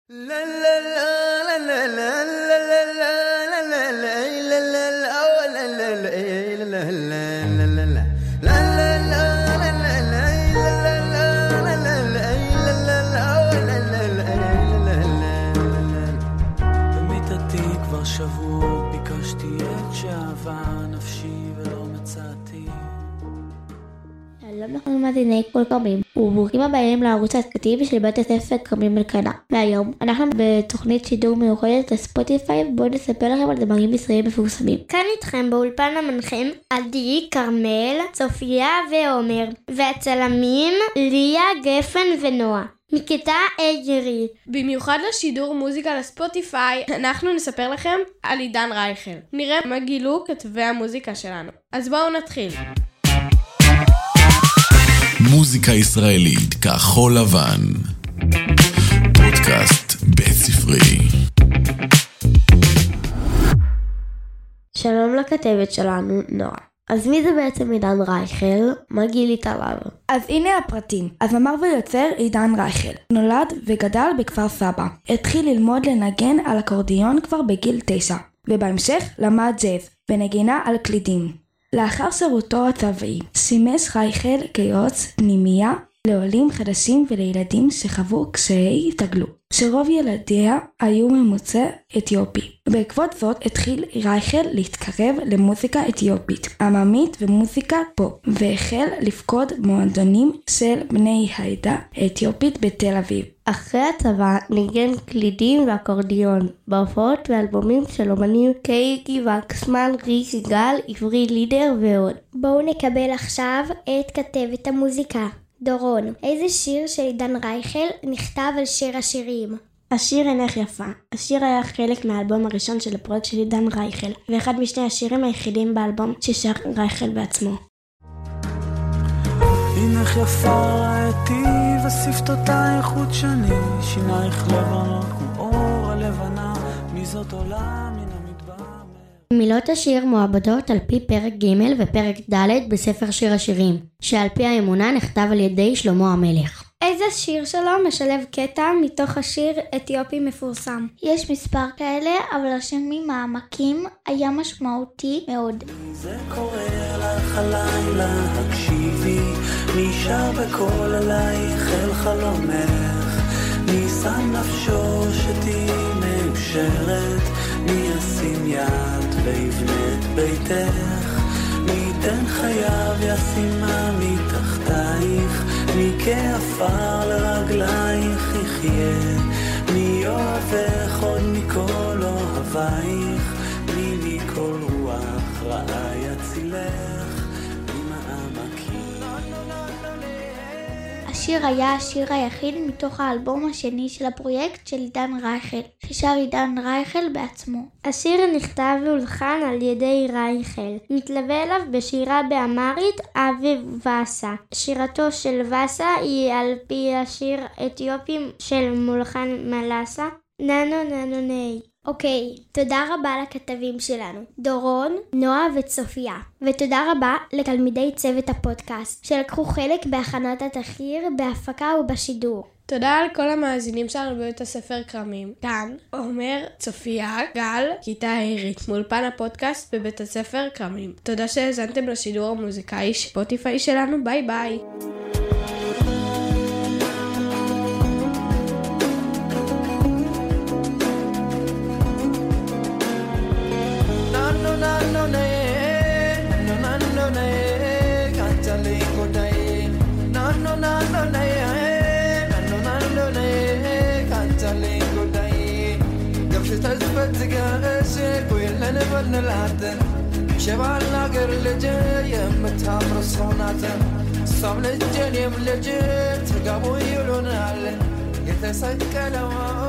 במיטתי כבר שבוע ביקשתי את שאהבה נפשי ולא מצאתי. שלום לכם מאזיני כל כרמים וברוכים הבאים לערוץ ההסכתי של בית הספר כרמים אלקנה. והיום אנחנו בתוכנית שידור מיוחדת לספוטיפיי. בואו נספר לכם על זמרים ישראלים מפורסמים. כאן איתכם באולפן המנחם עדי, כרמל, צופיה ועומר, והצלמים ליה, גפן ונועה מכיתה אג'רי. במיוחד לשידור מוזיקה לספוטיפיי אנחנו נספר לכם על עידן רייכל. נראה מה גילו כתבי המוזיקה שלנו. אז בואו נתחיל. מוזיקה ישראלית כחול לבן, פודקאסט בית ספרי. שלום לכתבת שלנו נועה. אז מי זה בעצם עידן רייכל? מה גילית עליו? אז הנה הפרטים. הזמר ויוצר עידן רייכל נולד וגדל בכפר סבא. התחיל ללמוד לנגן על אקורדיון כבר בגיל 9, ובהמשך למד ג'אז ונגינה על קלידים. לאחר שירותו הצבאי שימש רייכל כיועץ פנימייה לעולים חדשים ולילדים שחוו קשיי התרגלות, שרוב ילדיה היו ממוצא אתיופי. בעקבות זאת התחיל רייכל להתקרב למוזיקה אתיופית, עממית ומוזיקה פופ, והחל לפקוד מועדונים של בני העדה האתיופית בתל אביב. אחרי הצבא ניגן קלידים ואקורדיון בהופעות ואלבומים של אומנים כאיגי וקסמן, ריק גל, עברי לידר ועוד. בואו נקבל עכשיו את כתבת המוזיקה דורון. איזה שיר של עידן רייכל נכתב על שיר השירים? השיר אינך יפה. השיר היה חלק מהאלבום הראשון של הפרויקט של עידן רייכל, ואחד משני השירים היחידים באלבום ששר רייכל בעצמו. אינך יפה ראיתי ושפתותייך חוט שני, שינייך לבנות כמו אור הלבנה, מי זאת עולה מן המדבר. מילות השיר מועבדות על פי פרק ג' ופרק ד' בספר שיר השירים, שעל פי האמונה נכתב על ידי שלמה המלך. איזה שיר שלו משלב קטע מתוך השיר אתיופי מפורסם? יש מספר כאלה, אבל השיר ממעמקים היה משמעותי מאוד. זה קורה לך הלילה, הקשיבי, מי שר בכל עלייך אל חלומך, מי שם נפשו שתהי מאושרת, מי ישים יד ויבנה את ביתך, מי ייתן חייו ישימה מתחתייך, מי כעפר לרגלייך יחיה, מי אוהבך עוד מכל אוהבייך, מי מכל רוח רעה יצילך, ממעמקים. השיר היה השיר היחיד מתוך האלבום השני של הפרויקט של עידן רייכל, ששר עידן רייכל בעצמו. השיר נכתב והולחן על ידי רייכל. מתלווה אליו בשירה באמרית אביב וסה. שירתו של וסה היא על פי השיר אתיופים של מולחן מלאסה, ננו ננו ני. אוקיי, תודה רבה לכתבים שלנו, דורון, נועה וצופיה. ותודה רבה לתלמידי צוות הפודקאסט, שלקחו חלק בהכנת התחקיר, בהפקה ובשידור. תודה לכל המאזינים שלנו בבית הספר כרמים. כאן עומר, צופיה, גל, כיתה העירית, מאולפן הפודקאסט בבית הספר כרמים. תודה שהאזנתם לשידור המוזיקאי ספוטיפיי שלנו. ביי ביי. شبالنا غير لجي يمتامر صوناتا صام لجي يم لجي ترقبو يلونال يتسكلوا